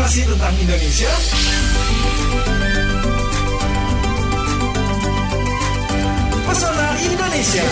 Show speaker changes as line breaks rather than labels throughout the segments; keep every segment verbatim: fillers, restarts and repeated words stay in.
informasi tentang Indonesia, Pesona Indonesia.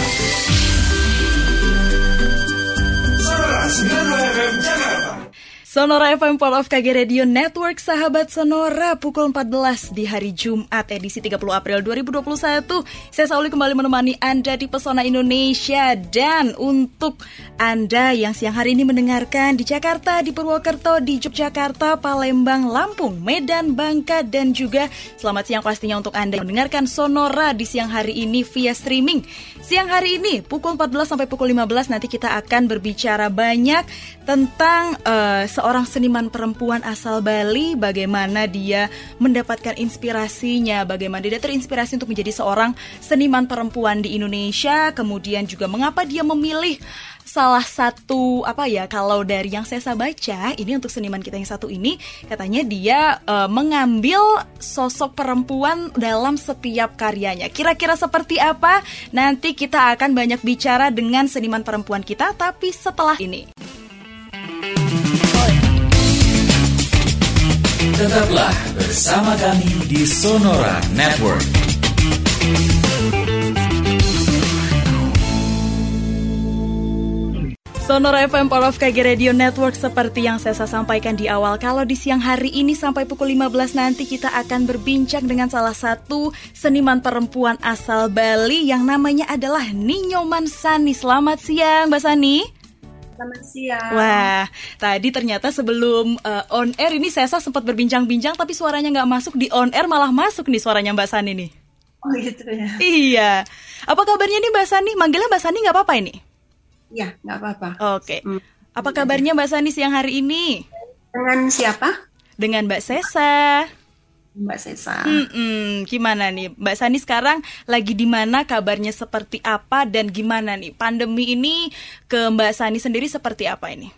Sonora sembilan puluh dua F M Jakarta.
Sonora F M Power of K G Radio Network, sahabat Sonora, pukul empat belas di hari Jumat edisi tiga puluh April dua ribu dua puluh satu. Saya Sauli kembali menemani Anda di Pesona Indonesia. Dan untuk Anda yang siang hari ini mendengarkan di Jakarta, di Purwokerto, di Yogyakarta, Palembang, Lampung, Medan, Bangka, dan juga selamat siang pastinya untuk Anda yang mendengarkan Sonora di siang hari ini via streaming. Siang hari ini pukul empat belas sampai pukul lima belas nanti kita akan berbicara banyak tentang uh, seorang seniman perempuan asal Bali, bagaimana dia mendapatkan inspirasinya, bagaimana dia terinspirasi untuk menjadi seorang seniman perempuan di Indonesia, kemudian juga mengapa dia memilih salah satu, apa ya, kalau dari yang saya baca, ini untuk seniman kita yang satu ini, katanya dia uh, mengambil sosok perempuan dalam setiap karyanya. Kira-kira seperti apa? Nanti kita akan banyak bicara dengan seniman perempuan kita, tapi setelah ini.
Tetaplah bersama kami di Sonora Network.
Sonora F M Power of K G Radio Network, seperti yang saya sampaikan di awal, kalau di siang hari ini sampai pukul lima belas nanti kita akan berbincang dengan salah satu seniman perempuan asal Bali yang namanya adalah Ninyoman Sani. Selamat siang Mbak Sani.
Selamat siang.
Wah, tadi ternyata sebelum uh, on air ini saya sempat berbincang-bincang, tapi suaranya nggak masuk. Di on air malah masuk nih suaranya Mbak Sani nih.
Oh gitu ya.
Iya. Apa kabarnya nih Mbak Sani? Manggilnya Mbak Sani nggak apa-apa ini?
Iya, nggak apa-apa.
Oke. Hmm. Apa kabarnya Mbak Sani siang hari ini?
Dengan siapa?
Dengan Mbak Sesa.
Mbak Sesa.
Hmm, gimana nih Mbak Sani sekarang lagi di mana, kabarnya seperti apa, dan gimana nih pandemi ini ke Mbak Sani sendiri seperti apa ini?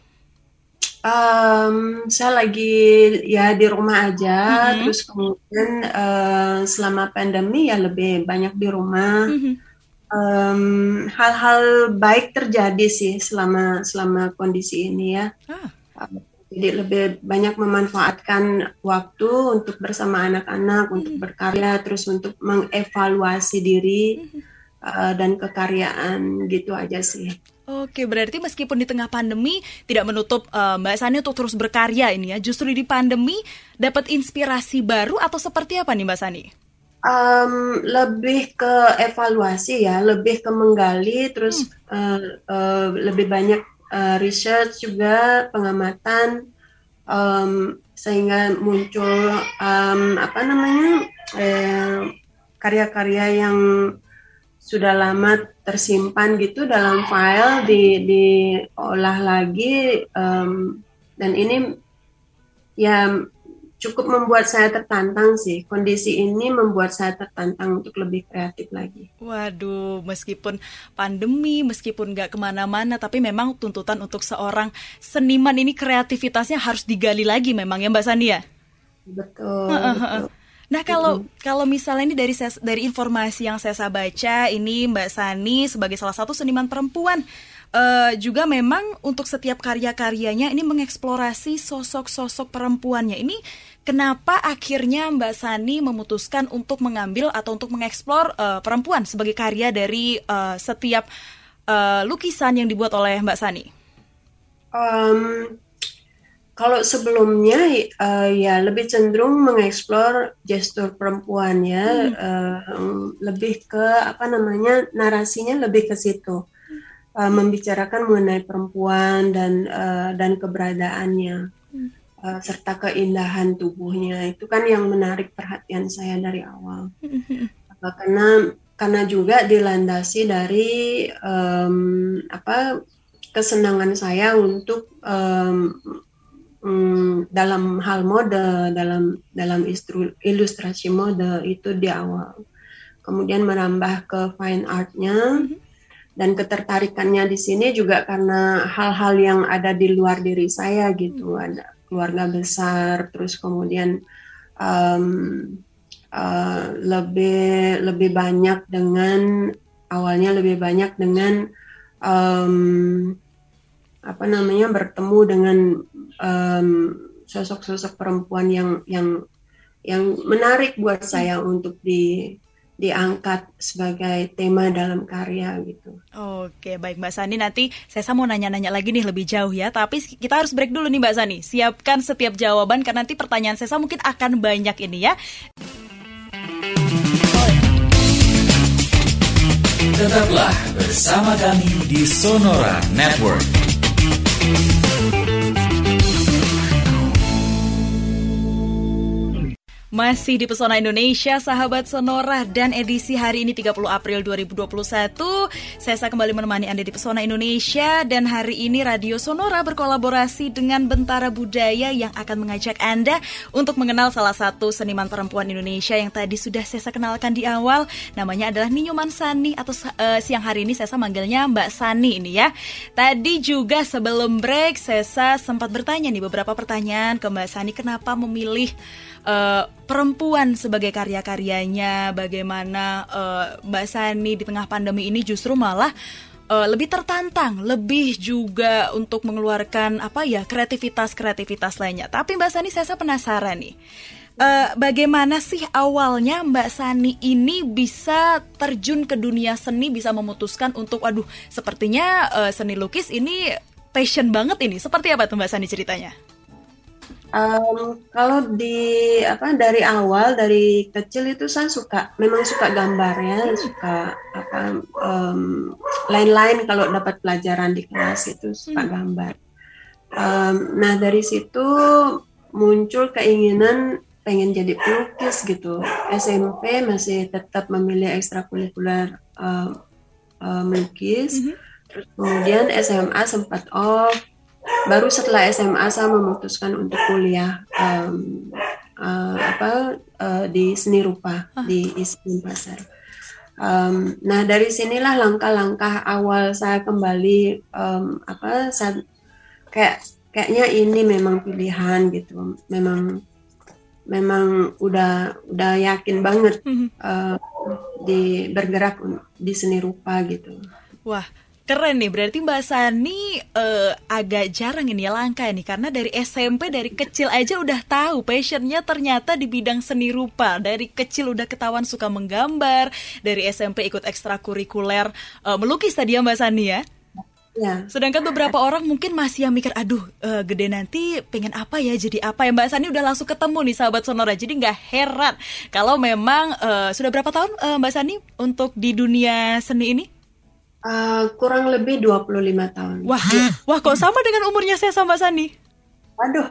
Um, saya lagi ya di rumah aja, mm-hmm. terus kemudian uh, selama pandemi ya lebih banyak di rumah. Mm-hmm. Um, hal-hal baik terjadi sih selama selama kondisi ini ya. Ah. Uh, Jadi lebih banyak memanfaatkan waktu untuk bersama anak-anak, mm-hmm. untuk berkarya, terus untuk mengevaluasi diri mm-hmm. uh, dan kekaryaan gitu aja sih.
Oke, berarti meskipun di tengah pandemi tidak menutup uh, Mbak Sani untuk terus berkarya ini ya. Justru di pandemi dapat inspirasi baru atau seperti apa nih Mbak Sani?
Um, lebih ke evaluasi ya, lebih ke menggali, terus hmm. uh, uh, lebih banyak Uh, research juga, pengamatan, um, sehingga muncul um, apa namanya eh, karya-karya yang sudah lama tersimpan gitu dalam file, di diolah lagi, um, dan ini ya cukup membuat saya tertantang sih. Kondisi ini membuat saya tertantang untuk lebih kreatif lagi.
Waduh, meskipun pandemi, meskipun nggak kemana-mana, tapi memang tuntutan untuk seorang seniman ini kreativitasnya harus digali lagi memang ya Mbak Sani ya?
Betul, betul.
Nah kalau kalau misalnya ini dari dari informasi yang saya baca, ini Mbak Sani sebagai salah satu seniman perempuan, Uh, juga memang untuk setiap karya-karyanya ini mengeksplorasi sosok-sosok perempuannya. Ini kenapa akhirnya Mbak Sani memutuskan untuk mengambil atau untuk mengeksplor uh, perempuan sebagai karya dari uh, setiap uh, lukisan yang dibuat oleh Mbak Sani?
Um, kalau sebelumnya uh, ya lebih cenderung mengeksplor gestur perempuan ya, hmm. uh, lebih ke apa namanya narasinya lebih ke situ. Uh, membicarakan mengenai perempuan dan uh, dan keberadaannya, uh, serta keindahan tubuhnya. Itu kan yang menarik perhatian saya dari awal. Uh, karena karena juga dilandasi dari um, apa kesenangan saya untuk um, um, dalam hal mode, dalam dalam istru, ilustrasi mode itu di awal. Kemudian merambah ke fine art-nya. Dan ketertarikannya di sini juga karena hal-hal yang ada di luar diri saya gitu, ada keluarga besar, terus kemudian um, uh, lebih lebih banyak dengan awalnya lebih banyak dengan um, apa namanya bertemu dengan um, sosok-sosok perempuan yang yang yang menarik buat saya untuk di diangkat sebagai tema dalam karya gitu.
Oke, baik Mbak Sani, nanti saya mau nanya-nanya lagi nih lebih jauh ya, tapi kita harus break dulu nih Mbak Sani. Siapkan setiap jawaban karena nanti pertanyaan saya mungkin akan banyak ini ya.
Tetaplah bersama kami di Sonora Network.
Masih di Pesona Indonesia, sahabat Sonora, dan edisi hari ini tiga puluh April dua ribu dua puluh satu. Saya kembali menemani Anda di Pesona Indonesia, dan hari ini Radio Sonora berkolaborasi dengan Bentara Budaya yang akan mengajak Anda untuk mengenal salah satu seniman perempuan Indonesia yang tadi sudah saya kenalkan di awal. Namanya adalah Ninyo Mansani, atau uh, siang hari ini saya manggilnya Mbak Sani ini ya. Tadi juga sebelum break, saya sempat bertanya nih beberapa pertanyaan ke Mbak Sani, kenapa memilih Uh, perempuan sebagai karya-karyanya, bagaimana uh, Mbak Sani di tengah pandemi ini justru malah uh, lebih tertantang, lebih juga untuk mengeluarkan apa ya kreativitas-kreativitas lainnya. Tapi Mbak Sani, saya penasaran nih, uh, bagaimana sih awalnya Mbak Sani ini bisa terjun ke dunia seni, bisa memutuskan untuk, aduh, sepertinya uh, seni lukis ini passion banget ini. Seperti apa tuh Mbak Sani ceritanya?
Um, kalau di apa dari awal dari kecil itu saya suka memang suka gambar ya, suka apa um, lain-lain kalau dapat pelajaran di kelas itu suka gambar. Um, nah dari situ muncul keinginan pengen jadi pelukis gitu. S M P masih tetap memilih ekstrakurikuler um, uh, melukis. Mm-hmm. Terus kemudian S M A sempat off. Baru setelah S M A saya memutuskan untuk kuliah um, uh, apa uh, di seni rupa ah. di I S I N Pasar. Um, nah dari sinilah langkah-langkah awal saya kembali um, apa saya kayak kayaknya ini memang pilihan gitu, memang memang udah udah yakin banget mm-hmm. uh, di bergerak di seni rupa gitu.
Wah. Keren nih, berarti Mbak Sani uh, agak jarang ini ya, langka nih, karena dari S M P, dari kecil aja udah tahu passionnya ternyata di bidang seni rupa. Dari kecil udah ketahuan suka menggambar, dari S M P ikut ekstrakurikuler uh, melukis tadi ya Mbak Sani ya?
Ya.
Sedangkan beberapa orang mungkin masih yang mikir, aduh uh, gede nanti pengen apa ya, jadi apa ya. Mbak Sani udah langsung ketemu nih sahabat Sonora, jadi gak heran kalau memang uh, sudah berapa tahun uh, Mbak Sani untuk di dunia seni ini?
Uh, kurang lebih dua puluh lima tahun.
Wah, wah kok sama dengan umurnya saya sama Sani?
Waduh.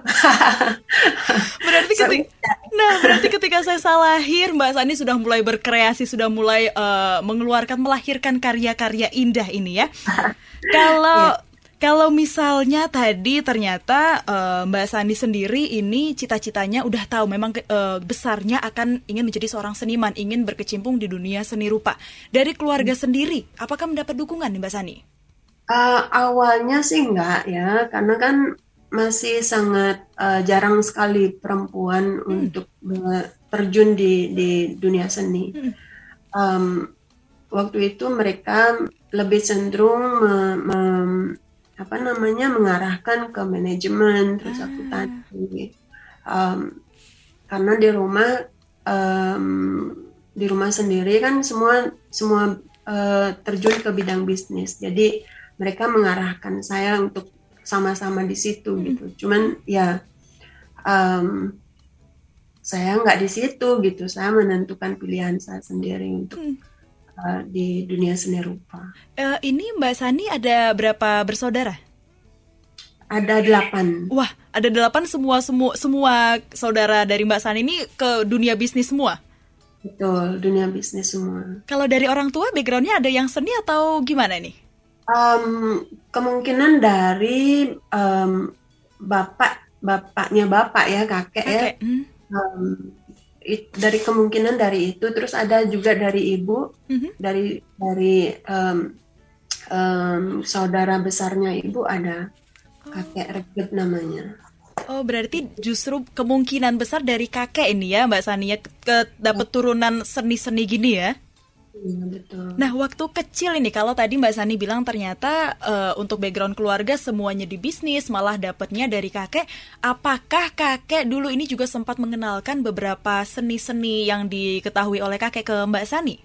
berarti ketika, nah berarti ketika saya lahir, Mbak Sani sudah mulai berkreasi, sudah mulai uh, mengeluarkan, melahirkan karya-karya indah ini ya. Kalau yeah. Kalau misalnya tadi ternyata uh, Mbak Sani sendiri ini cita-citanya udah tahu memang uh, besarnya akan ingin menjadi seorang seniman, ingin berkecimpung di dunia seni rupa. Dari keluarga hmm. sendiri, apakah mendapat dukungan nih Mbak Sani?
Uh, awalnya sih enggak ya, karena kan masih sangat uh, jarang sekali perempuan hmm. untuk uh, terjun di, di dunia seni. Hmm. Um, waktu itu mereka lebih cenderung me- me- apa namanya mengarahkan ke manajemen terus akuntansi um, karena di rumah um, di rumah sendiri kan semua semua uh, terjun ke bidang bisnis, jadi mereka mengarahkan saya untuk sama-sama di situ gitu. Cuman ya um, saya nggak di situ gitu, saya menentukan pilihan saya sendiri untuk Uh, di dunia seni rupa.
Uh, ini Mbak Sani ada berapa bersaudara?
Ada delapan.
Wah, ada delapan, semua semua semua saudara dari Mbak Sani ini ke dunia bisnis semua?
Betul, dunia bisnis semua.
Kalau dari orang tua backgroundnya ada yang seni atau gimana nih?
Um, kemungkinan dari um, bapak bapaknya bapak ya kakek, kakek. ya. Hmm. Um, It, dari kemungkinan dari itu, terus ada juga dari ibu, mm-hmm. dari dari um, um, saudara besarnya ibu ada kakek Reged namanya.
Oh, berarti justru kemungkinan besar dari kakek ini ya Mbak Sani ya, ke, ke dapat turunan seni-seni gini ya?
Iya, betul.
Nah, waktu kecil ini kalau tadi Mbak Sani bilang ternyata uh, untuk background keluarga semuanya di bisnis, malah dapatnya dari kakek. Apakah kakek dulu ini juga sempat mengenalkan beberapa seni-seni yang diketahui oleh kakek ke Mbak Sani?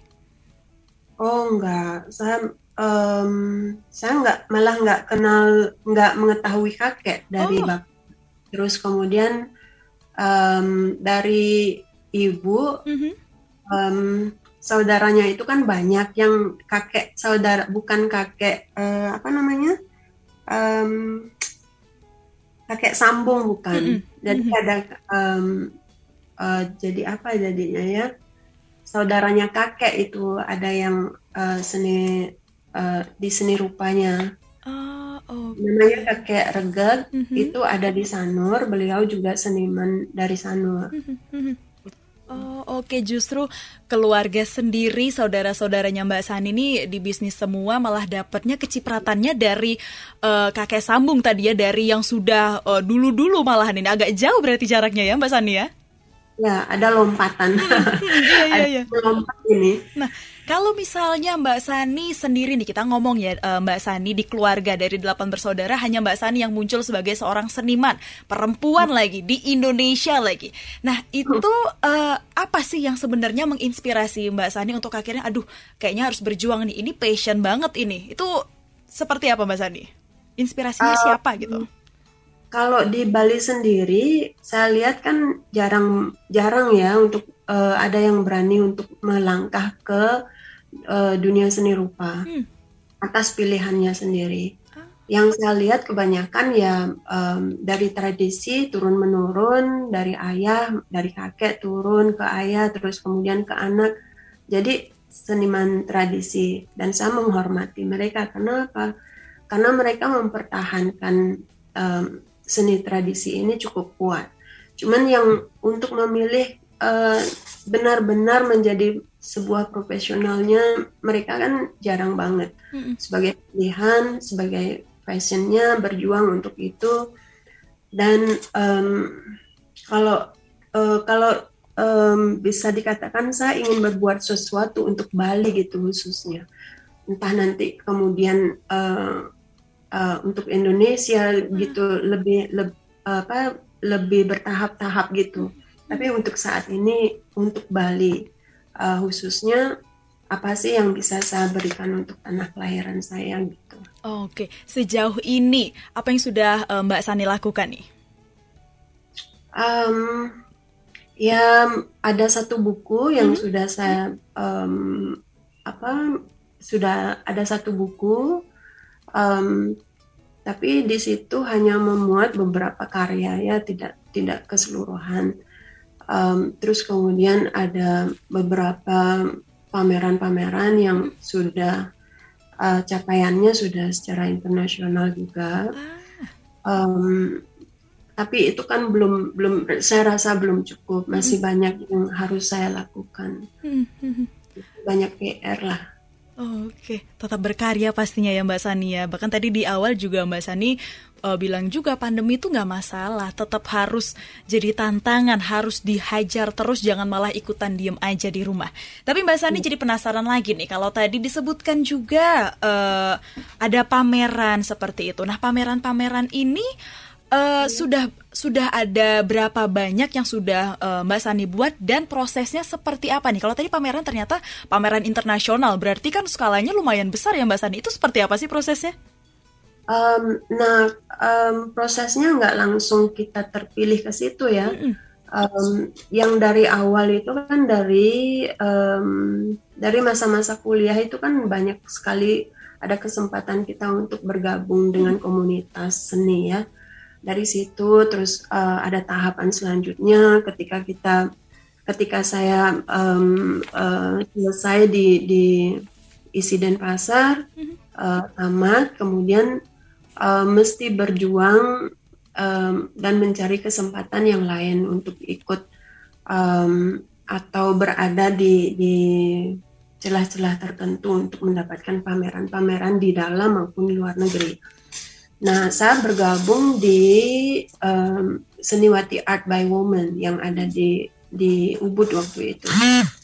Oh enggak, saya um, saya enggak, malah enggak kenal, enggak mengetahui kakek dari
Oh.
bapak. Terus kemudian um, dari ibu,
Mhm.
um, saudaranya itu kan banyak yang kakek saudara, bukan kakek eh, apa namanya, um, kakek sambung bukan.
Mhm.
Jadi
Mhm.
ada um, eh, jadi apa jadinya ya? Saudaranya kakek itu ada yang eh, seni eh, di seni rupanya.
Oh,
Namanya
oke.
kakek Regeg,
Mhm.
itu ada di Sanur. Beliau juga seniman dari Sanur.
Mhm. Mhm. Oh, oke, justru keluarga sendiri, saudara-saudaranya Mbak Sani ini di bisnis semua, malah dapatnya kecipratannya dari eh, kakek sambung tadi ya, dari yang sudah eh, dulu-dulu malahan ini. Agak jauh berarti jaraknya ya Mbak Sani ya?
Ya, ada lompatan.
Hmm, iya, iya,
Ada
iya.
lompat ini.
Nah, kalau misalnya Mbak Sani sendiri nih, kita ngomong ya eh, Mbak Sani di keluarga dari delapan bersaudara, hanya Mbak Sani yang muncul sebagai seorang seniman, perempuan lagi, di Indonesia lagi. Nah, itu eh, apa sih yang sebenarnya menginspirasi Mbak Sani untuk akhirnya, aduh, kayaknya harus berjuang nih, ini passion banget ini. Itu seperti apa Mbak Sani? Inspirasinya
Uh,
siapa gitu?
Kalau di Bali sendiri, saya lihat kan jarang jarang ya untuk eh, ada yang berani untuk melangkah ke eh, dunia seni rupa
Hmm.
atas pilihannya sendiri.
Ah.
Yang saya lihat kebanyakan ya em, dari tradisi turun menurun, dari ayah, dari kakek turun ke ayah, terus kemudian ke anak. Jadi seniman tradisi, dan saya menghormati mereka. Kenapa? Karena mereka mempertahankan em, seni tradisi ini cukup kuat. Cuman yang untuk memilih eh, benar-benar menjadi sebuah profesionalnya, mereka kan jarang banget.
Mm-mm.
Sebagai pilihan, sebagai passionnya, berjuang untuk itu. Dan em, kalau eh, kalau em, bisa dikatakan saya ingin berbuat sesuatu untuk Bali gitu khususnya. Entah nanti kemudian eh, Uh, untuk Indonesia gitu lebih leb, apa lebih bertahap-tahap gitu. Tapi untuk saat ini untuk Bali uh, khususnya apa sih yang bisa saya berikan untuk tanah kelahiran saya gitu.
Oke, sejauh ini apa yang sudah eh, Mbak Sani lakukan nih?
Um, ya ada satu buku yang
Mhm.
sudah saya um, apa sudah ada satu buku. Um, tapi di situ hanya memuat beberapa karya ya, tidak tidak keseluruhan. Um, terus kemudian ada beberapa pameran-pameran yang sudah uh, capaiannya sudah secara internasional juga. Um, tapi itu kan belum belum saya rasa belum cukup, masih banyak yang harus saya lakukan,
Mhm.
banyak P R lah.
Oke, tetap berkarya pastinya ya Mbak Sani ya. Bahkan tadi di awal juga Mbak Sani uh, bilang juga pandemi itu nggak masalah, tetap harus jadi tantangan, harus dihajar terus, jangan malah ikutan diem aja di rumah. Tapi Mbak Sani jadi penasaran lagi nih, kalau tadi disebutkan juga uh, ada pameran seperti itu. Nah, pameran-pameran ini uh, sudah sudah ada berapa banyak yang sudah uh, Mbak Sani buat, dan prosesnya seperti apa nih? Kalau tadi pameran ternyata pameran internasional, berarti kan skalanya lumayan besar ya Mbak Sani. Itu seperti apa sih prosesnya?
Um, nah, um, prosesnya nggak langsung kita terpilih ke situ ya.
Mm-mm.
Um, yang dari awal itu kan dari um, dari masa-masa kuliah itu kan banyak sekali ada kesempatan kita untuk bergabung dengan komunitas seni ya. Dari situ terus uh, ada tahapan selanjutnya ketika kita ketika saya um, uh, selesai di di isi Denpasar, uh, tamat, kemudian uh, mesti berjuang um, dan mencari kesempatan yang lain untuk ikut um, atau berada di di celah-celah tertentu untuk mendapatkan pameran-pameran di dalam maupun di luar negeri. Nah, saya bergabung di um, Seniwati Art by Women yang ada di di Ubud waktu itu.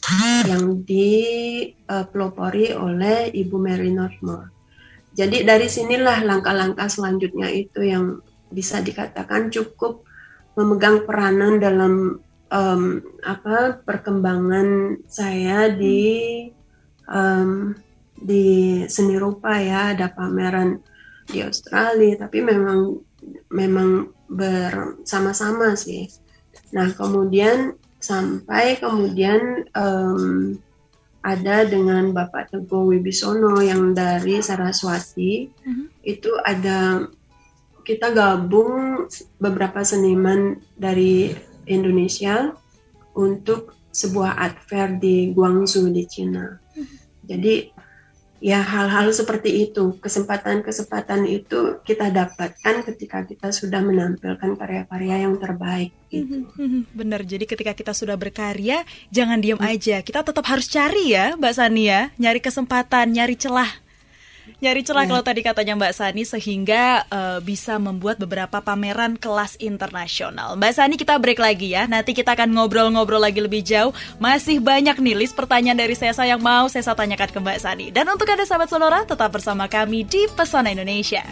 yang dipelopori oleh Ibu Mary Northmore. Jadi dari sinilah langkah-langkah selanjutnya itu yang bisa dikatakan cukup memegang peranan dalam um, apa perkembangan saya di um, di seni rupa ya. Ada pameran di Australia, tapi memang memang bersama-sama sih. Nah kemudian sampai kemudian um, ada dengan Bapak Teguh Wibisono yang dari Saraswati, mm-hmm. itu ada kita gabung beberapa seniman dari Indonesia untuk sebuah art fair di Guangzhou di Cina. Jadi ya hal-hal seperti itu, kesempatan-kesempatan itu kita dapatkan ketika kita sudah menampilkan karya-karya yang terbaik gitu.
Benar, jadi ketika kita sudah berkarya, jangan diam aja. Kita tetap harus cari ya Mbak Sani ya, nyari kesempatan, nyari celah. Nyari celah ya. Kalau tadi katanya Mbak Sani, sehingga uh, bisa membuat beberapa pameran kelas internasional. Mbak Sani, kita break lagi ya. Nanti kita akan ngobrol-ngobrol lagi lebih jauh. Masih banyak nih list pertanyaan dari Sesa yang mau Sesa tanyakan ke Mbak Sani. Dan untuk Anda sahabat Sonora, tetap bersama kami di Pesona Indonesia.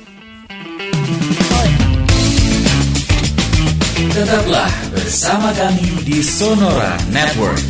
Tetaplah bersama kami di Sonora Network.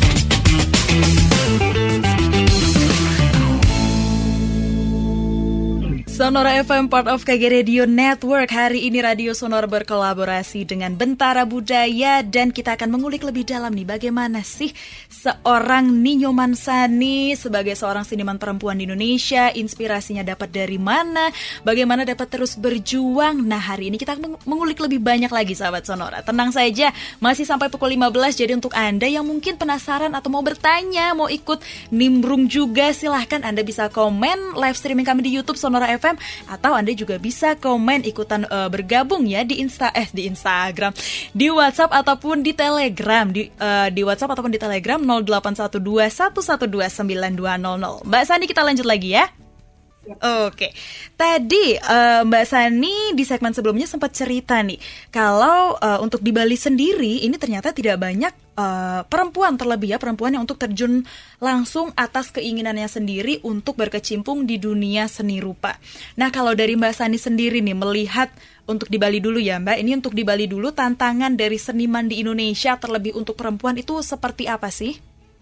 Sonora F M, part of K G Radio Network. Hari ini Radio Sonora berkolaborasi dengan Bentara Budaya, dan kita akan mengulik lebih dalam nih bagaimana sih seorang Ninyo Mansani sebagai seorang seniman perempuan di Indonesia, inspirasinya dapat dari mana, bagaimana dapat terus berjuang. Nah hari ini kita akan mengulik lebih banyak lagi sahabat Sonora. Tenang saja, masih sampai pukul lima belas, jadi untuk Anda yang mungkin penasaran atau mau bertanya, mau ikut nimbrung juga, silahkan Anda bisa komen live streaming kami di YouTube Sonora F M, atau Anda juga bisa komen ikutan uh, bergabung ya di Insta eh di Instagram, di WhatsApp ataupun di Telegram, di uh, di WhatsApp ataupun di Telegram nol delapan satu dua satu satu dua sembilan dua nol nol. Mbak Sani, kita lanjut lagi ya. Oke, tadi uh, Mbak Sani di segmen sebelumnya sempat cerita nih kalau uh, untuk di Bali sendiri ini ternyata tidak banyak uh, perempuan, terlebih ya perempuan yang untuk terjun langsung atas keinginannya sendiri untuk berkecimpung di dunia seni rupa. Nah kalau dari Mbak Sani sendiri nih melihat untuk di Bali dulu ya Mbak, ini untuk di Bali dulu tantangan dari seniman di Indonesia terlebih untuk perempuan itu seperti apa sih?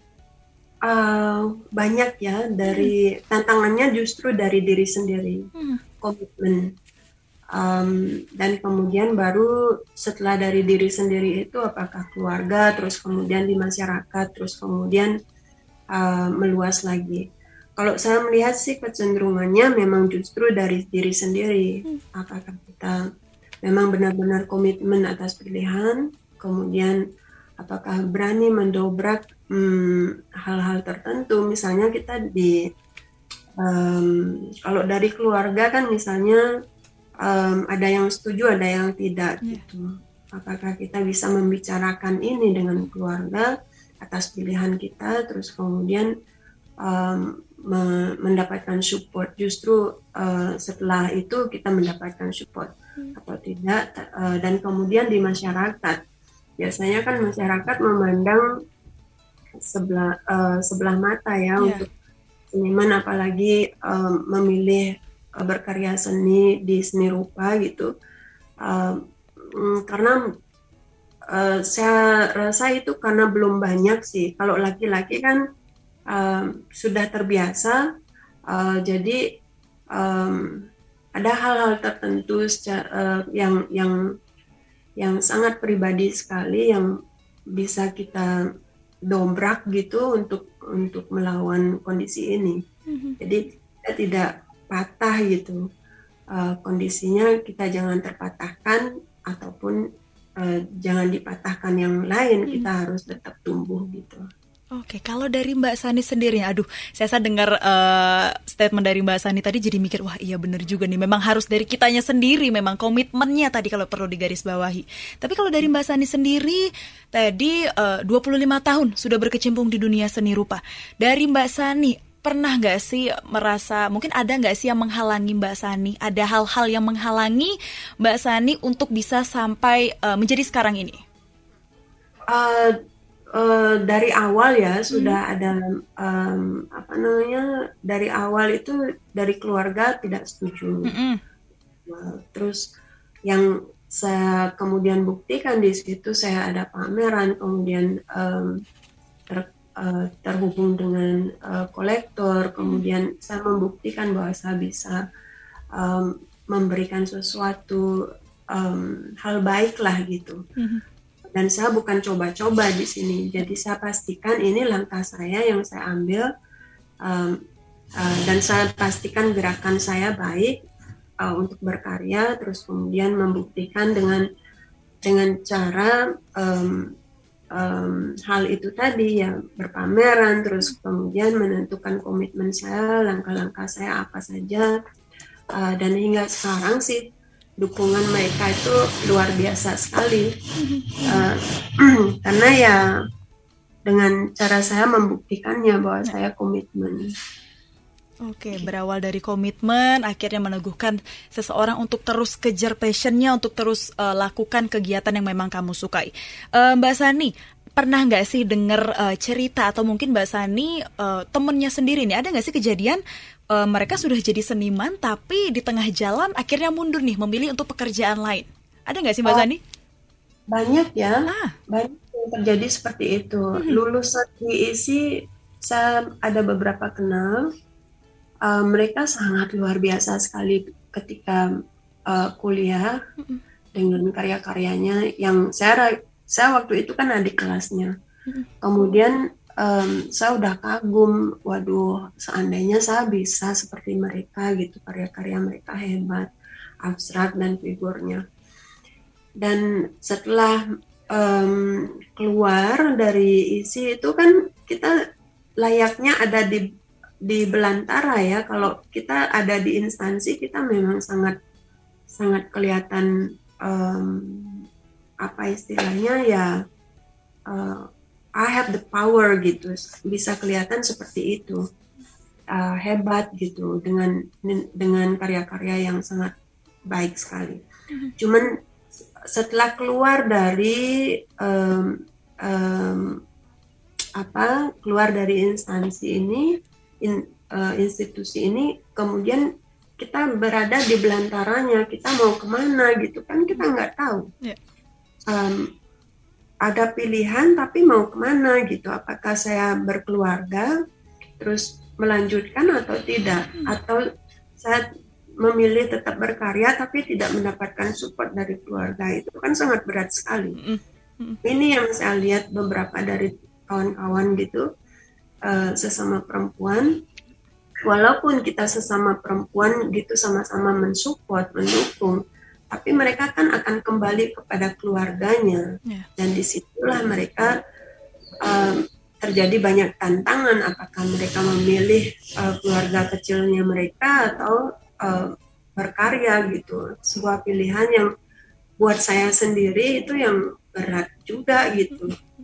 Uh, banyak ya, dari hmm. tantangannya justru dari diri sendiri, hmm. komitmen, um, dan kemudian baru setelah dari diri sendiri itu apakah keluarga, terus kemudian di masyarakat, terus kemudian uh, meluas lagi. Kalau saya melihat sih kecenderungannya memang justru dari diri sendiri, hmm. apakah kita memang benar-benar komitmen atas pilihan, kemudian apakah berani mendobrak hmm, hal-hal tertentu. Misalnya kita di um, kalau dari keluarga kan misalnya um, ada yang setuju, ada yang tidak yeah. gitu. Apakah kita bisa membicarakan ini dengan keluarga atas pilihan kita, terus kemudian um, me- mendapatkan support. Justru uh, setelah itu kita mendapatkan support hmm. atau tidak, uh, dan kemudian di masyarakat. Biasanya kan masyarakat memandang sebelah uh, sebelah mata ya yeah. untuk seniman, apalagi um, memilih uh, berkarya seni di seni rupa gitu. Uh, um, karena uh, saya rasa itu karena belum banyak sih. Kalau laki-laki kan uh, sudah terbiasa, uh, jadi um, ada hal-hal tertentu secara, uh, yang yang yang sangat pribadi sekali yang bisa kita dobrak gitu untuk untuk melawan kondisi ini. Mm-hmm. Jadi kita tidak patah gitu uh, kondisinya, kita jangan terpatahkan ataupun uh, jangan dipatahkan yang lain. Mm-hmm. Kita harus tetap tumbuh gitu.
Oke, kalau dari Mbak Sani sendiri, aduh, saya dengar uh, statement dari Mbak Sani tadi jadi mikir, wah iya benar juga nih, memang harus dari kitanya sendiri, memang komitmennya tadi kalau perlu digarisbawahi. Tapi kalau dari Mbak Sani sendiri, tadi uh, dua puluh lima tahun sudah berkecimpung di dunia seni rupa. Dari Mbak Sani, pernah nggak sih merasa, mungkin ada nggak sih yang menghalangi Mbak Sani? Ada hal-hal yang menghalangi Mbak Sani untuk bisa sampai uh, menjadi sekarang ini?
Uh... uh, dari awal ya sudah hmm. ada um, apa namanya dari awal itu dari keluarga tidak setuju. Hmm. Uh, terus yang saya kemudian buktikan di situ, saya ada pameran, kemudian um, ter, uh, terhubung dengan uh, kolektor, kemudian hmm. saya membuktikan bahwa saya bisa um, memberikan sesuatu um, hal baik lah gitu. Hmm. Dan saya bukan coba-coba di sini, jadi saya pastikan ini langkah saya yang saya ambil, um, uh, dan saya pastikan gerakan saya baik uh, untuk berkarya, terus kemudian membuktikan dengan dengan cara um, um, hal itu tadi ya, berpameran, terus kemudian menentukan komitmen saya, langkah-langkah saya apa saja, uh, dan hingga sekarang sih dukungan mereka itu luar biasa sekali, uh, karena ya dengan cara saya membuktikannya bahwa saya komitmen.
Oke, berawal dari komitmen, akhirnya meneguhkan seseorang untuk terus kejar passionnya, untuk terus uh, lakukan kegiatan yang memang kamu sukai. Uh, Mbak Sani, pernah nggak sih dengar uh, cerita atau mungkin Mbak Sani uh, temennya sendiri nih, ada nggak sih kejadian Uh, mereka sudah jadi seniman tapi di tengah jalan akhirnya mundur nih, memilih untuk pekerjaan lain? Ada nggak sih Mbak Sani?
Oh, banyak ya, ah. banyak yang terjadi seperti itu. Hmm. Lulusan di I S I saya ada beberapa kenal, uh, mereka sangat luar biasa sekali ketika uh, kuliah hmm. dengan karya-karyanya yang saya saya waktu itu kan adik kelasnya. Hmm. Kemudian Um, saya udah kagum, waduh, seandainya saya bisa seperti mereka gitu, karya-karya mereka hebat, abstrak dan figurnya. Dan setelah um, keluar dari I S I itu kan kita layaknya ada di di belantara ya. Kalau kita ada di instansi, kita memang sangat sangat kelihatan um, apa istilahnya ya. Uh, I have the power gitu, bisa kelihatan seperti itu, uh, hebat gitu dengan dengan karya-karya yang sangat baik sekali. Mm-hmm. Cuman setelah keluar dari um, um, apa keluar dari instansi ini, in, uh, institusi ini, kemudian kita berada di belantaranya, kita mau kemana gitu kan kita nggak tahu. Yeah. Um, ada pilihan tapi mau kemana gitu, apakah saya berkeluarga terus melanjutkan atau tidak, atau saya memilih tetap berkarya tapi tidak mendapatkan support dari keluarga. Itu kan sangat berat sekali. Ini yang saya lihat beberapa dari kawan-kawan gitu, uh, sesama perempuan, walaupun kita sesama perempuan gitu sama-sama mensupport, mendukung, tapi mereka kan akan kembali kepada keluarganya, yeah. Dan disitulah mereka um, terjadi banyak tantangan. Apakah mereka memilih uh, keluarga kecilnya mereka atau uh, berkarya gitu? Sebuah pilihan yang buat saya sendiri itu yang berat juga gitu.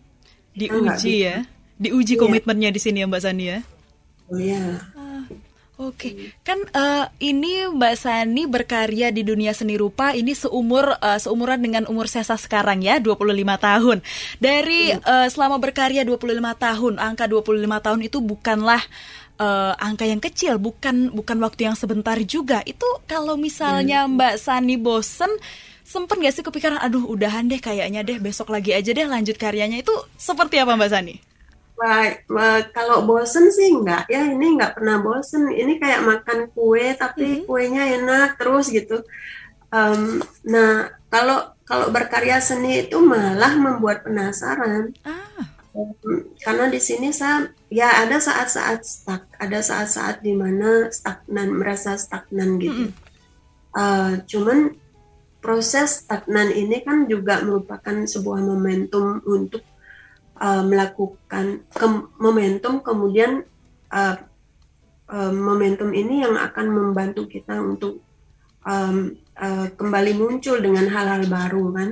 Diuji ya, diuji komitmennya yeah. Di sini ya Mbak Sani ya.
Oh ya.
Oke, okay. Kan uh, ini Mbak Sani berkarya di dunia seni rupa ini seumur uh, seumuran dengan umur Sesa sekarang ya, dua puluh lima tahun. Dari uh, selama berkarya dua puluh lima tahun, angka dua puluh lima tahun itu bukanlah uh, angka yang kecil, bukan bukan waktu yang sebentar juga. Itu kalau misalnya Mbak Sani bosen, sempet gak sih kepikiran, aduh udahan deh kayaknya deh, besok lagi aja deh lanjut karyanya, itu seperti apa Mbak Sani?
Wah, wah, kalau bosen sih enggak ya, ini enggak pernah bosen. Ini kayak makan kue tapi mm-hmm. kuenya enak terus gitu. Um, nah kalau kalau berkarya seni itu malah membuat penasaran. Ah. Um, karena di sini saya ya ada saat-saat stuck, ada saat-saat di mana stagnan, merasa stagnan gitu. Mm-hmm. Uh, cuman proses stagnan ini kan juga merupakan sebuah momentum untuk Uh, melakukan ke- momentum kemudian uh, uh, momentum ini yang akan membantu kita untuk um, uh, kembali muncul dengan hal-hal baru kan.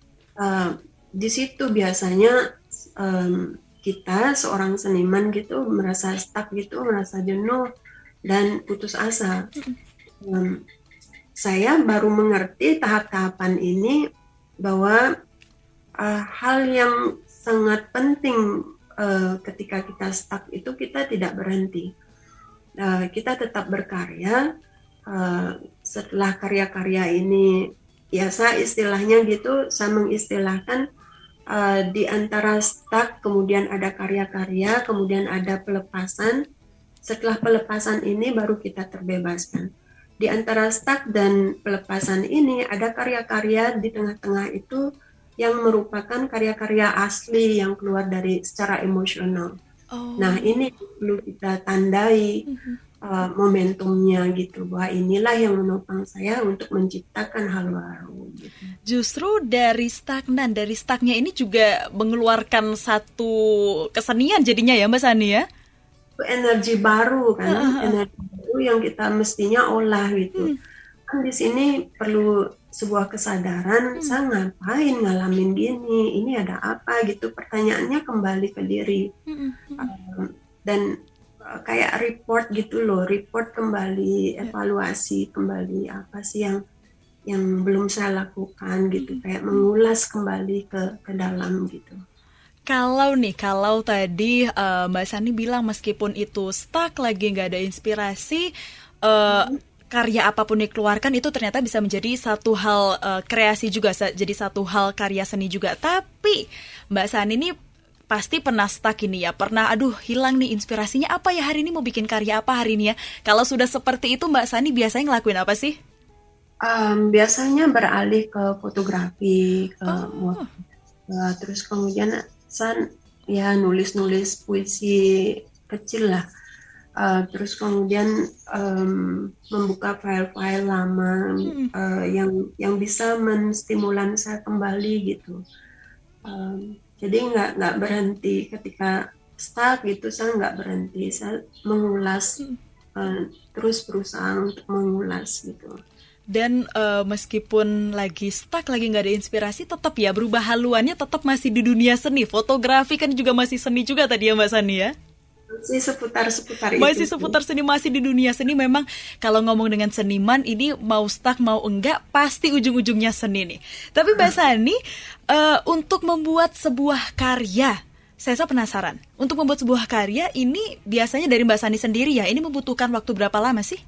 Uh, di situ biasanya um, kita seorang seniman gitu merasa stuck gitu, merasa jenuh dan putus asa. Um, saya baru mengerti tahap-tahapan ini bahwa uh, hal yang sangat penting uh, ketika kita stuck itu kita tidak berhenti. Uh, kita tetap berkarya. Uh, setelah karya-karya ini, ya saya istilahnya gitu, saya mengistilahkan uh, di antara stuck, kemudian ada karya-karya, kemudian ada pelepasan. Setelah pelepasan ini baru kita terbebaskan. Di antara stuck dan pelepasan ini ada karya-karya di tengah-tengah itu yang merupakan karya-karya asli yang keluar dari secara emosional. Oh. Nah ini perlu kita tandai mm-hmm. uh, momentumnya gitu, bahwa inilah yang menopang saya untuk menciptakan hal baru. Gitu.
Justru dari stagnan, dari stucknya ini juga mengeluarkan satu kesenian jadinya ya Mbak Sani ya?
Energi baru kan, uh-huh. energi baru yang kita mestinya olah gitu. Hmm. Kan di sini perlu sebuah kesadaran, hmm. saya ngapain ngalamin gini, ini ada apa gitu. Pertanyaannya kembali ke diri. Hmm. Um, dan uh, kayak report gitu loh, report kembali, evaluasi kembali apa sih yang yang belum saya lakukan gitu, hmm. kayak mengulas kembali ke ke dalam gitu.
Kalau nih, kalau tadi uh, Mbak Sani bilang meskipun itu stuck lagi nggak ada inspirasi, uh, hmm. karya apapun yang dikeluarkan itu ternyata bisa menjadi satu hal uh, kreasi juga, jadi satu hal karya seni juga. Tapi Mbak Sani ini pasti pernah stuck ini ya, pernah aduh hilang nih inspirasinya apa ya hari ini, mau bikin karya apa hari ini ya. Kalau sudah seperti itu Mbak Sani biasanya ngelakuin apa sih?
Um, biasanya beralih ke fotografi, ke
oh.
uh, terus kemudian saya ya nulis-nulis puisi kecil lah, uh, terus kemudian um, membuka file-file lama hmm. uh, yang yang bisa menstimulans saya kembali gitu. Um, jadi nggak nggak berhenti ketika stuck gitu, saya nggak berhenti, saya mengulas hmm. uh, terus berusaha untuk mengulas gitu.
Dan uh, meskipun lagi stuck, lagi nggak ada inspirasi, tetap ya berubah haluannya, tetap masih di dunia seni. Fotografi kan juga masih seni juga tadi ya Mbak Sani ya?
Masih seputar-seputar itu.
Masih seputar seni, masih di dunia seni. Memang kalau ngomong dengan seniman, ini mau stuck mau enggak, pasti ujung-ujungnya seni nih. Tapi Mbak Sani, uh, untuk membuat sebuah karya, saya penasaran. Untuk membuat sebuah karya, ini biasanya dari Mbak Sani sendiri ya, ini membutuhkan waktu berapa lama sih?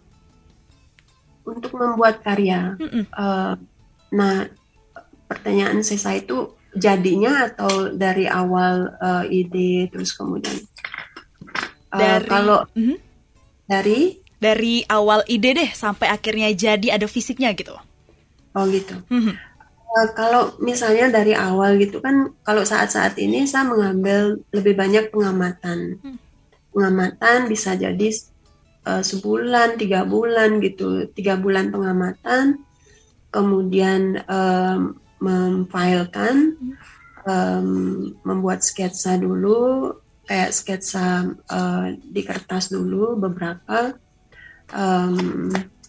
Untuk membuat karya, uh, nah pertanyaan saya itu jadinya atau dari awal uh, ide terus kemudian uh,
dari
kalau
uh-huh.
dari
dari awal ide deh sampai akhirnya jadi ada fisiknya gitu.
Oh gitu. Uh-huh. Uh, kalau misalnya dari awal gitu kan, kalau saat-saat ini saya mengambil lebih banyak pengamatan, uh-huh. pengamatan bisa jadi Uh, sebulan, tiga bulan gitu, tiga bulan pengamatan, kemudian um, memfilekan, um, membuat sketsa dulu, kayak sketsa uh, di kertas dulu beberapa, um,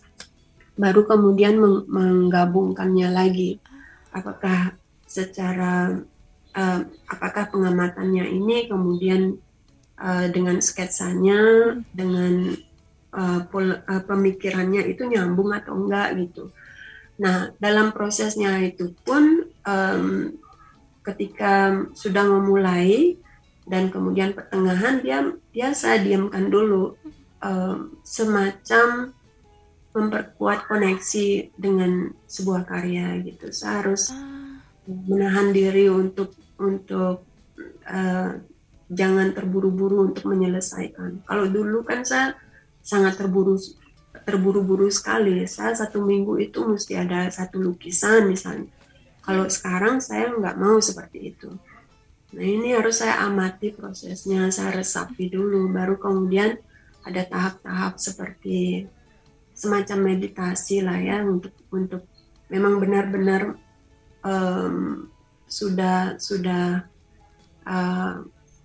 baru kemudian meng- menggabungkannya lagi. Apakah secara, uh, apakah pengamatannya ini kemudian uh, dengan sketsanya, dengan Uh, pol- uh, pemikirannya itu nyambung atau enggak gitu. Nah dalam prosesnya itu pun um, ketika sudah memulai dan kemudian pertengahan dia biasa diamkan dulu, um, semacam memperkuat koneksi dengan sebuah karya gitu. Saya harus menahan diri untuk untuk uh, jangan terburu-buru untuk menyelesaikan. Kalau dulu kan saya sangat terburu terburu-buru sekali. Saya satu minggu itu mesti ada satu lukisan misalnya. Kalau sekarang saya nggak mau seperti itu. Nah ini harus saya amati prosesnya, saya resapi dulu, baru kemudian ada tahap-tahap seperti semacam meditasi lah ya, untuk untuk memang benar-benar um, sudah sudah uh,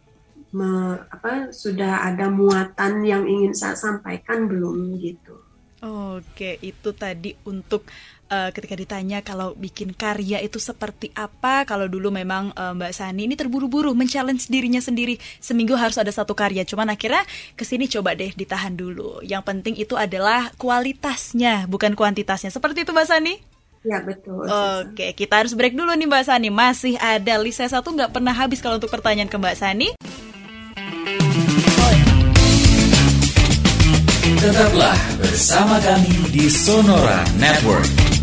Me, apa sudah ada muatan yang ingin saya sampaikan belum gitu.
Oke, itu tadi untuk uh, ketika ditanya kalau bikin karya itu seperti apa. Kalau dulu memang uh, Mbak Sani ini terburu-buru men-challenge dirinya sendiri, seminggu harus ada satu karya. Cuman akhirnya kesini coba deh ditahan dulu. Yang penting itu adalah kualitasnya, bukan kuantitasnya. Seperti itu Mbak Sani?
Ya betul.
Oke, kita harus break dulu nih Mbak Sani. Masih ada list Sesa tuh nggak pernah habis kalau untuk pertanyaan ke Mbak Sani.
Tetaplah bersama kami di Sonora Network.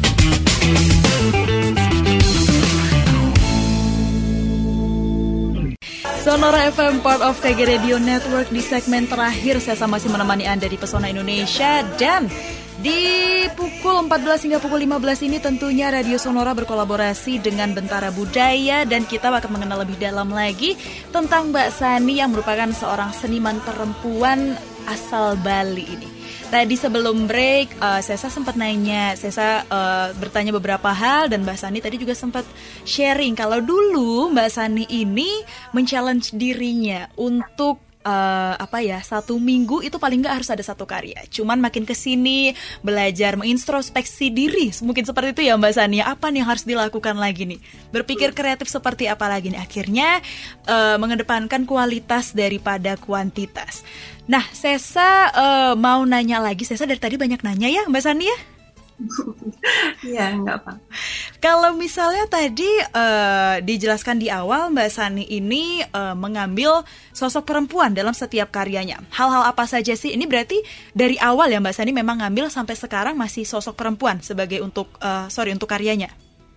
Sonora F M, part of K G Radio Network. Di segmen terakhir saya masih menemani Anda di Pesona Indonesia. Dan di pukul empat belas hingga pukul lima belas ini tentunya Radio Sonora berkolaborasi dengan Bentara Budaya. Dan kita akan mengenal lebih dalam lagi tentang Mbak Sani yang merupakan seorang seniman perempuan asal Bali ini. Tadi sebelum break, uh, Sesa sempat nanya, Sesa uh, bertanya beberapa hal dan Mbak Sani tadi juga sempat sharing kalau dulu Mbak Sani ini men-challenge dirinya untuk uh, apa ya, satu minggu itu paling nggak harus ada satu karya. Cuman makin kesini belajar mengintrospeksi diri, mungkin seperti itu ya Mbak Sani. Apa nih yang harus dilakukan lagi nih? Berpikir kreatif seperti apa lagi nih? Akhirnya uh, mengedepankan kualitas daripada kuantitas. Nah, Sesa uh, mau nanya lagi. Sesa dari tadi banyak nanya ya, Mbak Sani ya?
Iya, nggak apa.
Kalau misalnya tadi uh, dijelaskan di awal, Mbak Sani ini uh, mengambil sosok perempuan dalam setiap karyanya. Hal-hal apa saja sih? Ini berarti dari awal ya Mbak Sani memang ngambil sampai sekarang masih sosok perempuan sebagai untuk uh, sorry untuk karyanya.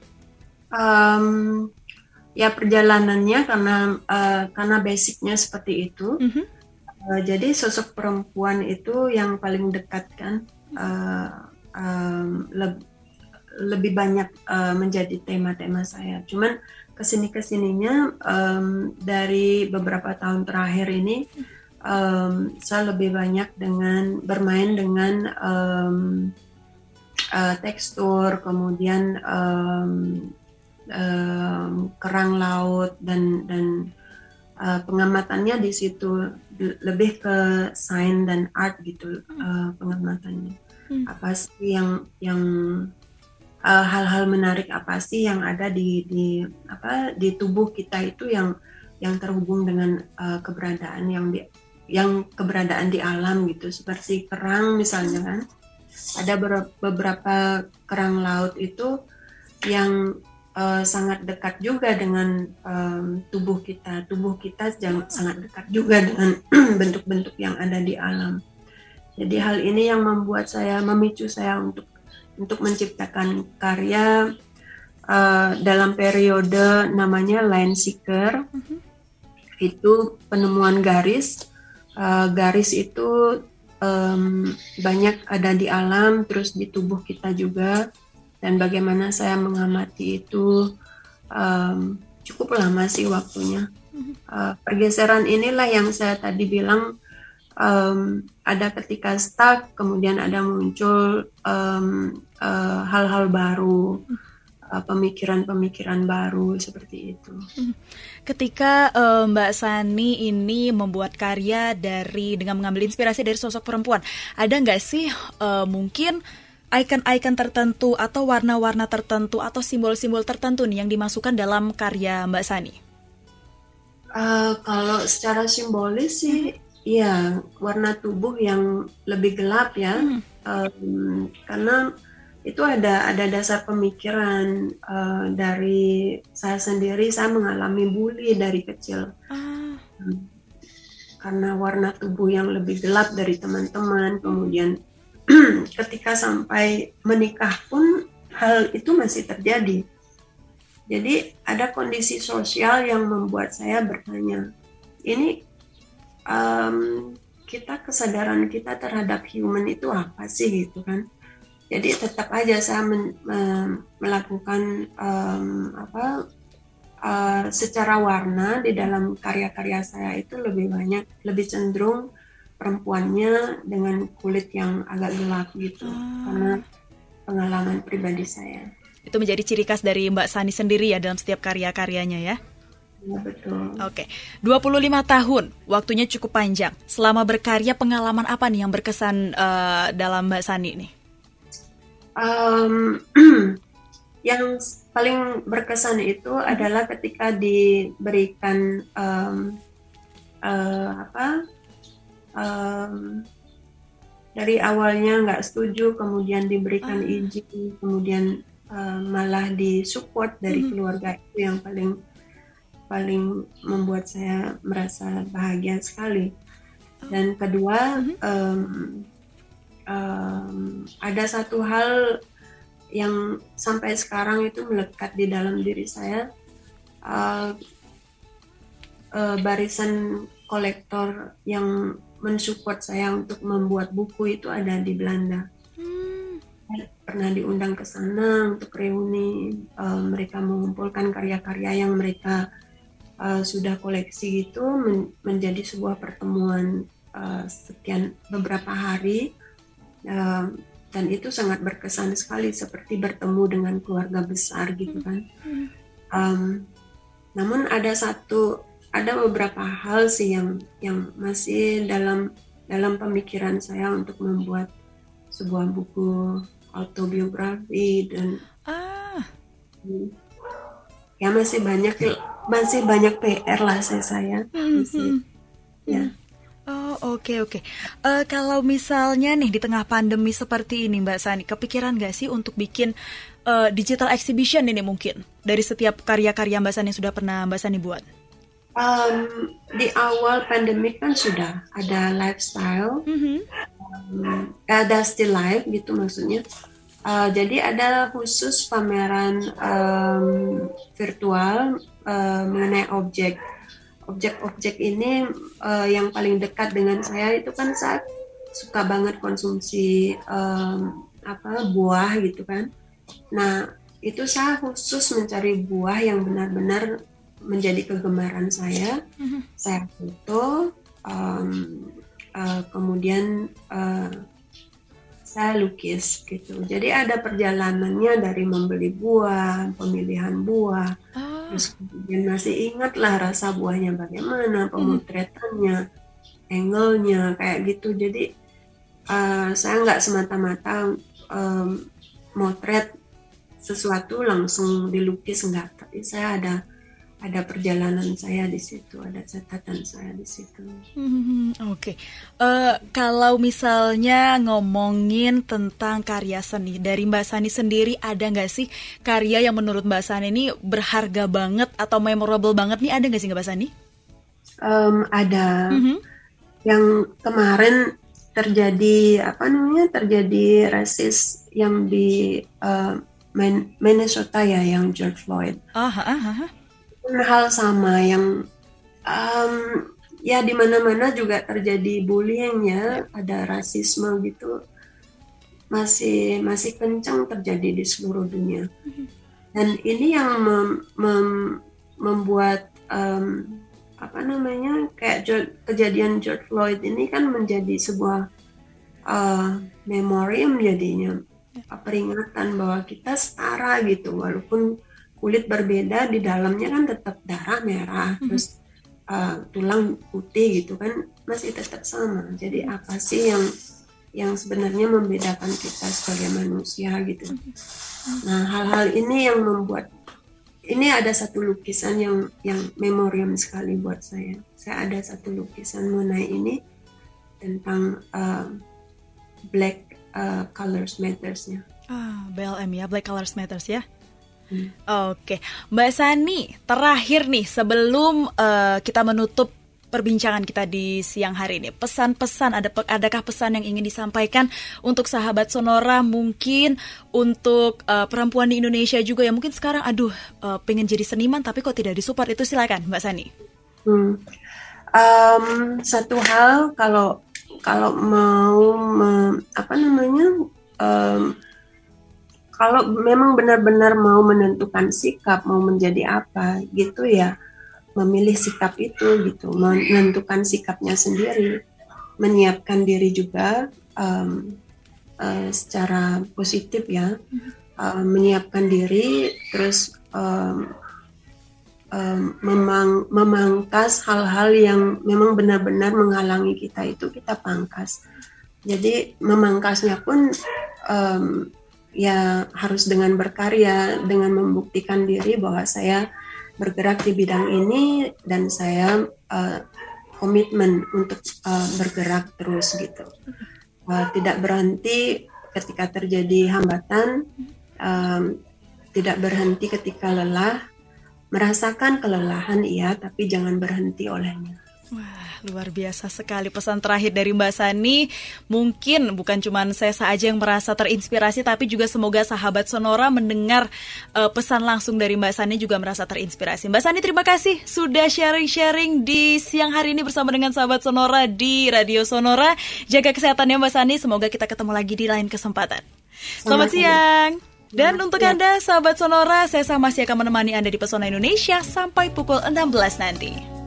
Um, ya perjalanannya karena uh, karena basicnya seperti itu. Mm-hmm. Uh, jadi sosok perempuan itu yang paling dekat kan, uh, um, le- lebih banyak uh, menjadi tema-tema saya. Cuman kesini-kesininya um, dari beberapa tahun terakhir ini um, saya lebih banyak dengan bermain dengan um, uh, tekstur, kemudian um, um, kerang laut dan dan uh, pengamatannya di situ lebih ke sains dan art gitu uh, pengamatannya. Hmm. Apa sih yang yang uh, hal-hal menarik apa sih yang ada di di apa di tubuh kita itu yang yang terhubung dengan uh, keberadaan yang di yang keberadaan di alam gitu, seperti kerang misalnya kan. Ada ber- beberapa kerang laut itu yang Uh, sangat dekat juga dengan um, tubuh kita. Tubuh kita jang, sangat dekat juga dengan bentuk-bentuk yang ada di alam. Jadi hal ini yang membuat saya, memicu saya untuk untuk menciptakan karya uh, dalam periode namanya Line Seeker. Mm-hmm. Itu penemuan garis. Uh, garis itu um, banyak ada di alam, terus di tubuh kita juga. Dan bagaimana saya mengamati itu um, cukup lama sih waktunya. Uh, pergeseran inilah yang saya tadi bilang um, ada ketika stuck, kemudian ada muncul um, uh, hal-hal baru, uh, pemikiran-pemikiran baru seperti itu. Ketika uh, Mbak Sani ini membuat karya dari dengan mengambil inspirasi dari sosok perempuan, ada nggak sih uh, mungkin icon-icon tertentu atau warna-warna tertentu atau simbol-simbol tertentu nih yang dimasukkan dalam karya Mbak Sani? Uh, kalau secara simbolis sih, hmm. ya warna tubuh yang lebih gelap ya, hmm. um, karena itu ada ada dasar pemikiran uh, dari saya sendiri. Saya mengalami bully dari kecil, ah. um, karena warna tubuh yang lebih gelap dari teman-teman, kemudian ketika sampai menikah pun hal itu masih terjadi. Jadi ada kondisi sosial yang membuat saya bertanya, ini um, kita kesadaran kita terhadap human itu apa sih gitu kan? Jadi tetap aja saya men, um, melakukan um, apa uh, secara warna di dalam karya-karya saya itu lebih banyak, lebih cenderung perempuannya dengan kulit yang agak gelap gitu, hmm. karena pengalaman pribadi saya. Itu menjadi ciri khas dari Mbak Sani sendiri ya dalam setiap karya-karyanya ya? Ya betul. Oke, dua puluh lima tahun, waktunya cukup panjang. Selama berkarya, pengalaman apa nih yang berkesan uh, dalam Mbak Sani nih? Um, yang paling berkesan itu adalah ketika diberikan um, uh, apa? Um, dari awalnya nggak setuju, kemudian diberikan uh. izin, kemudian uh, malah disupport dari mm-hmm. keluarga, itu yang paling paling membuat saya merasa bahagia sekali. Dan kedua, mm-hmm. um, um, ada satu hal yang sampai sekarang itu melekat di dalam diri saya. Uh, uh, barisan kolektor yang mensupport saya untuk membuat buku itu ada di Belanda. Hmm. Saya pernah diundang ke sana untuk reuni, uh, mereka mengumpulkan karya-karya yang mereka uh, sudah koleksi itu men- menjadi sebuah pertemuan uh, sekian beberapa hari, uh, dan itu sangat berkesan sekali, seperti bertemu dengan keluarga besar gitu kan. Hmm. Um, namun ada satu Ada beberapa hal sih yang yang masih dalam dalam pemikiran saya untuk membuat sebuah buku autobiografi, dan ah. ya masih banyak masih banyak P R lah saya saya masih, ya.
Oh oke okay, oke. Okay. Uh, kalau misalnya nih di tengah pandemi seperti ini Mbak Sani, kepikiran nggak sih untuk bikin uh, digital exhibition ini mungkin dari setiap karya-karya Mbak Sani sudah pernah Mbak Sani buat?
Um, di awal pandemi kan sudah ada lifestyle, mm-hmm. um, ada still life gitu maksudnya. Uh, jadi ada khusus pameran um, virtual uh, mengenai objek. Objek-objek ini uh, yang paling dekat dengan saya itu kan saya suka banget konsumsi um, apa buah gitu kan. Nah itu saya khusus mencari buah yang benar-benar menjadi kegemaran saya. Mm-hmm. Saya foto, um, uh, kemudian uh, saya lukis gitu. Jadi ada perjalanannya dari membeli buah, pemilihan buah, oh. terus kemudian masih ingatlah rasa buahnya bagaimana, pemotretannya, mm-hmm. angle-nya kayak gitu. Jadi uh, saya nggak semata-mata um, motret sesuatu langsung dilukis, enggak, tapi saya ada ada perjalanan saya di situ, ada catatan saya di situ.
Hmm, Oke, okay. uh, kalau misalnya ngomongin tentang karya seni dari Mbak Sani sendiri, ada nggak sih karya yang menurut Mbak Sani ini berharga banget atau memorable banget nih, ada nggak sih Mbak Sani?
Um, ada. Mm-hmm. Yang kemarin terjadi apa namanya terjadi rasis yang di uh, Minnesota ya, yang George Floyd.
Aha, aha.
Hal sama yang um, ya di mana-mana juga terjadi bullying ya, ada rasisme gitu, masih masih kencang terjadi di seluruh dunia. Dan ini yang mem, mem, membuat um, apa namanya kayak George, kejadian George Floyd ini kan menjadi sebuah uh, memoriam, jadinya peringatan bahwa kita setara gitu, walaupun kulit berbeda, di dalamnya kan tetap darah merah, mm-hmm. terus uh, tulang putih gitu kan, masih tetap sama. Jadi apa sih yang yang sebenarnya membedakan kita sebagai manusia gitu. Mm-hmm. Nah hal-hal ini yang membuat, ini ada satu lukisan yang yang memoriam sekali buat saya. Saya ada satu lukisan mengenai ini tentang uh, Black uh, Colors Matters-nya.
Ah, B L M ya, Black Colors Matters ya. Hmm. Oke, Mbak Sani, terakhir nih sebelum uh, kita menutup perbincangan kita di siang hari ini, pesan-pesan, ada adakah pesan yang ingin disampaikan untuk sahabat Sonora, mungkin untuk uh, perempuan di Indonesia juga yang mungkin sekarang aduh uh, pengen jadi seniman tapi kok tidak disupport, itu silakan Mbak Sani.
Hmm. Um, satu hal, kalau kalau mau me, apa namanya um, kalau memang benar-benar mau menentukan sikap, mau menjadi apa gitu ya, memilih sikap itu gitu, menentukan sikapnya sendiri, menyiapkan diri juga um, uh, secara positif ya, uh, menyiapkan diri, terus um, um, memang, memangkas hal-hal yang memang benar-benar menghalangi kita, itu kita pangkas. Jadi memangkasnya pun um, ya harus dengan berkarya, dengan membuktikan diri bahwa saya bergerak di bidang ini dan saya uh, komitmen untuk uh, bergerak terus gitu. Uh, tidak berhenti ketika terjadi hambatan, um, tidak berhenti ketika lelah, merasakan kelelahan iya, tapi jangan berhenti olehnya.
Wah, luar biasa sekali pesan terakhir dari Mbak Sani. Mungkin bukan cuma saya saja yang merasa terinspirasi, tapi juga semoga sahabat Sonora mendengar uh, pesan langsung dari Mbak Sani juga merasa terinspirasi. Mbak Sani, terima kasih sudah sharing-sharing di siang hari ini bersama dengan sahabat Sonora di Radio Sonora. Jaga kesehatannya Mbak Sani, semoga kita ketemu lagi di lain kesempatan. Selamat, Selamat siang. Dan untuk Anda, sahabat Sonora, saya masih akan menemani Anda di Pesona Indonesia sampai pukul enam belas nanti.